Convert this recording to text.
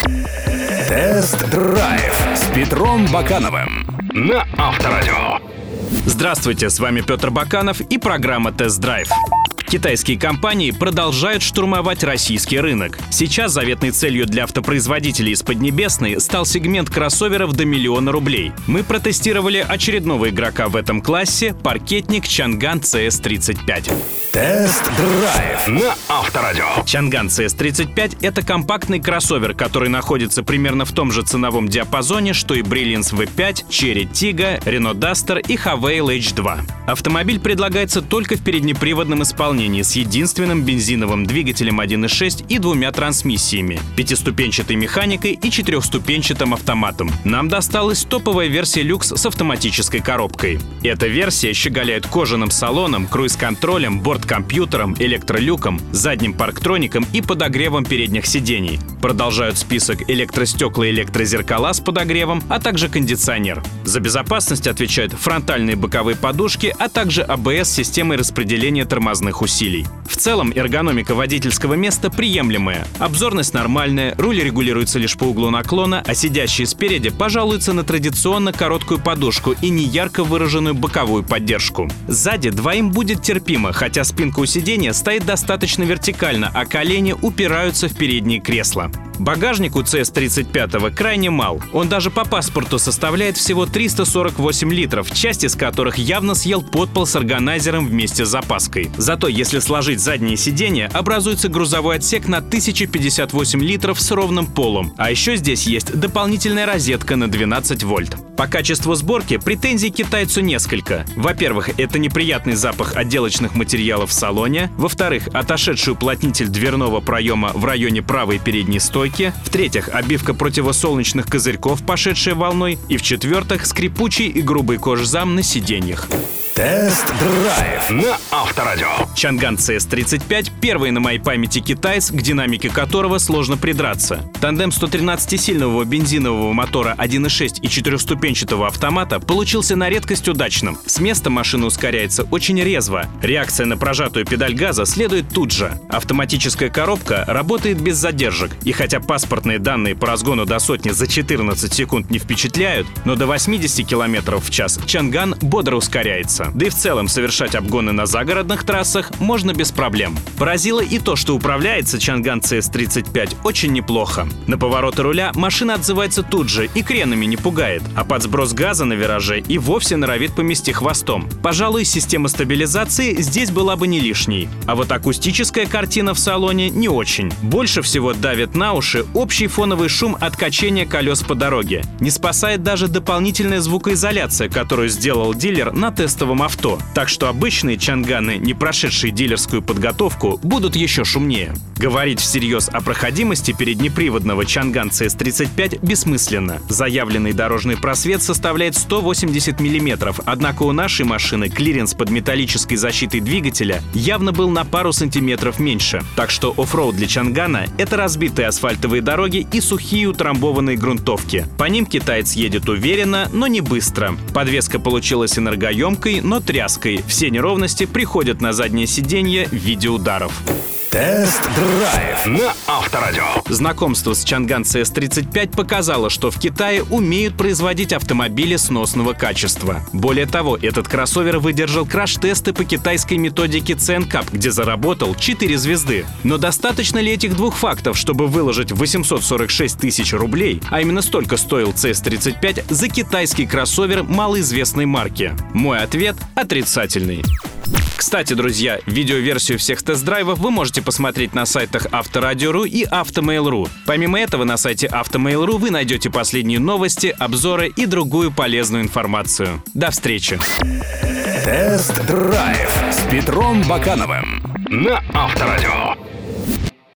Тест-драйв с Петром Бакановым на Авторадио. Здравствуйте, с вами Петр Баканов и программа «Тест-драйв». Китайские компании продолжают штурмовать российский рынок. Сейчас заветной целью для автопроизводителей из Поднебесной стал сегмент кроссоверов до 1 000 000 рублей. Мы протестировали очередного игрока в этом классе — паркетник Чанган CS35. Тест-драйв на Авторадио. Чанган CS35 — это компактный кроссовер, который находится примерно в том же ценовом диапазоне, что и Brilliance V5, Chery Tiggo, Renault Duster и Havail H2. Автомобиль предлагается только в переднеприводном исполнении с единственным бензиновым двигателем 1.6 и 2 трансмиссиями, 5-ступенчатой механикой и 4-ступенчатым автоматом. Нам досталась топовая версия люкс с автоматической коробкой. Эта версия щеголяет кожаным салоном, круиз-контролем, борт-компьютером, электролюком, задним парктроником и подогревом передних сидений. Продолжают список электростекла и электрозеркала с подогревом, а также кондиционер. За безопасность отвечают фронтальные и боковые подушки, а также АБС с системой распределения тормозных усилий. В целом эргономика водительского места приемлемая, обзорность нормальная, руль регулируется лишь по углу наклона, а сидящие спереди пожалуются на традиционно короткую подушку и неярко выраженную боковую поддержку. Сзади двоим будет терпимо, хотя спинка у сиденья стоит достаточно вертикально, а колени упираются в передние кресла. Багажник у CS35 крайне мал. Он даже по паспорту составляет всего 348 литров, часть из которых явно съел подпол с органайзером вместе с запаской. Зато если сложить задние сиденья, образуется грузовой отсек на 1058 литров с ровным полом. А еще здесь есть дополнительная розетка на 12 вольт. По качеству сборки претензий к китайцу несколько. Во-первых, это неприятный запах отделочных материалов в салоне. Во-вторых, отошедший уплотнитель дверного проема в районе правой передней стойки. В-третьих, обивка противосолнечных козырьков, пошедшая волной. И в-четвертых, скрипучий и грубый кожзам на сиденьях. Тест-драйв на Авторадио. Чанган CS35 — первый на моей памяти китаец, к динамике которого сложно придраться. Тандем 113-сильного бензинового мотора 1.6 и 4-ступенчатого автомата получился на редкость удачным. С места машина ускоряется очень резво. Реакция на прожатую педаль газа следует тут же. Автоматическая коробка работает без задержек. И хотя паспортные данные по разгону до сотни за 14 секунд не впечатляют, но до 80 км в час Чанган бодро ускоряется. Да и в целом совершать обгоны на загородных трассах можно без проблем. Поразило и то, что управляется Чанган CS35 очень неплохо. На повороты руля машина отзывается тут же и кренами не пугает, а под сброс газа на вираже и вовсе норовит помести хвостом. Пожалуй, система стабилизации здесь была бы не лишней. А вот акустическая картина в салоне не очень. Больше всего давит на уши общий фоновый шум от качения колес по дороге. Не спасает даже дополнительная звукоизоляция, которую сделал дилер на тестовом авто. Так что обычные чанганы, не прошедшие дилерскую подготовку, будут еще шумнее. Говорить всерьез о проходимости переднеприводного Чанган CS35 бессмысленно. Заявленный дорожный просвет составляет 180 мм, однако у нашей машины клиренс под металлической защитой двигателя явно был на пару сантиметров меньше. Так что оффроуд для Чангана — это разбитые асфальтовые дороги и сухие утрамбованные грунтовки. По ним китаец едет уверенно, но не быстро. Подвеска получилась энергоемкой, но тряской. Все неровности приходят на заднее сиденье в виде ударов. Тест-драйв на Авторадио. Знакомство с Чанган CS35 показало, что в Китае умеют производить автомобили сносного качества. Более того, этот кроссовер выдержал краш-тесты по китайской методике C-NCAP, где заработал 4 звезды. Но достаточно ли этих двух фактов, чтобы выложить 846 тысяч рублей, а именно столько стоил CS35, за китайский кроссовер малоизвестной марки? Мой ответ — отрицательный. Кстати, друзья, видеоверсию всех тест-драйвов вы можете посмотреть на сайтах Авторадио.ру и Автомейл.ру. Помимо этого, на сайте Автомейл.ру вы найдете последние новости, обзоры и другую полезную информацию. До встречи! Тест-драйв с Петром Бакановым на Авторадио.